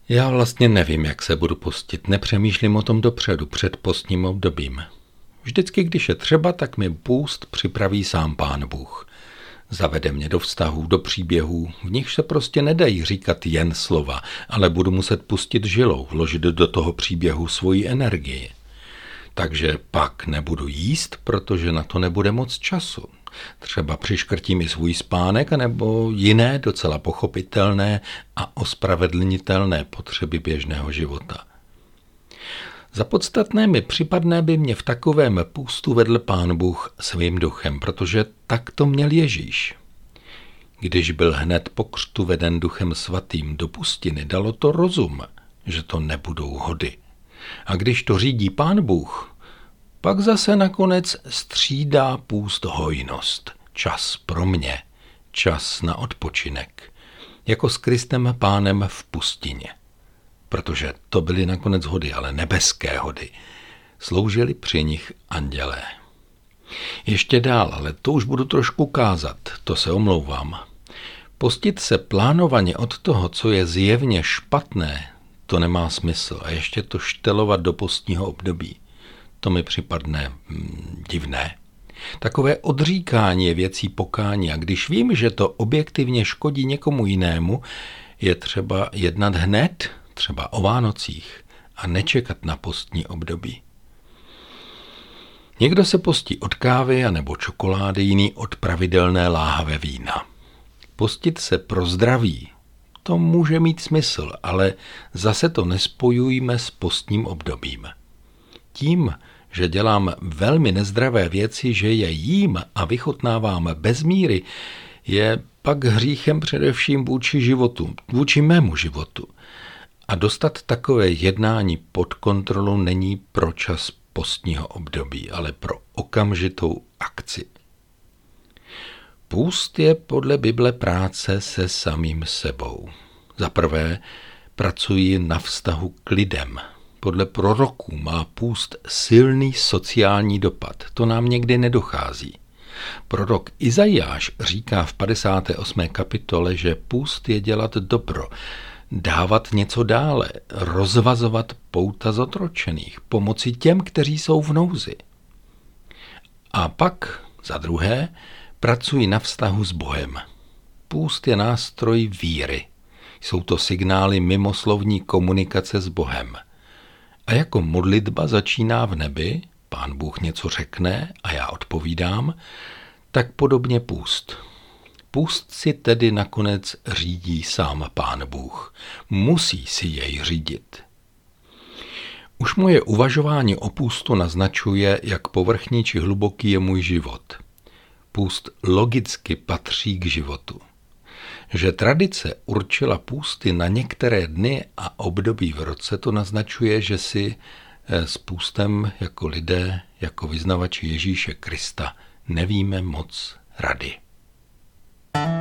Já vlastně nevím, jak se budu postit, nepřemýšlím o tom dopředu, před postním obdobím. Vždycky, když je třeba, tak mi půst připraví sám Pán Bůh. Zavede mě do vztahů, do příběhů, v nich se prostě nedají říkat jen slova, ale budu muset pustit žilou, vložit do toho příběhu svoji energii. Takže pak nebudu jíst, protože na to nebude moc času. Třeba přiškrtím i svůj spánek, anebo jiné docela pochopitelné a ospravedlnitelné potřeby běžného života. Za podstatné mi připadne, by mě v takovém půstu vedl Pán Bůh svým duchem, protože tak to měl Ježíš. Když byl hned po křtu veden Duchem Svatým do pustiny, dalo to rozum, že to nebudou hody. A když to řídí Pán Bůh, pak zase nakonec střídá půst hojnost, čas pro mě, čas na odpočinek, jako s Kristem Pánem v pustině. Protože to byly nakonec hody, ale nebeské hody. Sloužili při nich andělé. Ještě dál, ale to už budu trošku kázat, to se omlouvám. Postit se plánovaně od toho, co je zjevně špatné, to nemá smysl. A ještě to štelovat do postního období, to mi připadne divné. Takové odříkání je věcí pokání a když vím, že to objektivně škodí někomu jinému, je třeba jednat hned, třeba o Vánocích, a nečekat na postní období. Někdo se postí od kávy anebo čokolády, jiný od pravidelné láhve vína. Postit se pro zdraví, to může mít smysl, ale zase to nespojujme s postním obdobím. Tím, že dělám velmi nezdravé věci, že je jím a vychutnávám bez míry, je pak hříchem především vůči životu, vůči mému životu. A dostat takové jednání pod kontrolu není pro čas postního období, ale pro okamžitou akci. Půst je podle Bible práce se samým sebou. Za prvé pracuji na vztahu k lidem. Podle proroků má půst silný sociální dopad. To nám někdy nedochází. Prorok Izajáš říká v 58. kapitole, že půst je dělat dobro, dávat něco dále, rozvazovat pouta zotročených, pomoci těm, kteří jsou v nouzi. A pak, za druhé, pracuji na vztahu s Bohem. Půst je nástroj víry. Jsou to signály mimoslovní komunikace s Bohem. A jako modlitba začíná v nebi, Pán Bůh něco řekne a já odpovídám, tak podobně půst. Půst si tedy nakonec řídí sám Pán Bůh. Musí si jej řídit. Už moje uvažování o půstu naznačuje, jak povrchní či hluboký je můj život. Půst logicky patří k životu. Že tradice určila půsty na některé dny a období v roce, to naznačuje, že si s půstem jako lidé, jako vyznavači Ježíše Krista nevíme moc rady.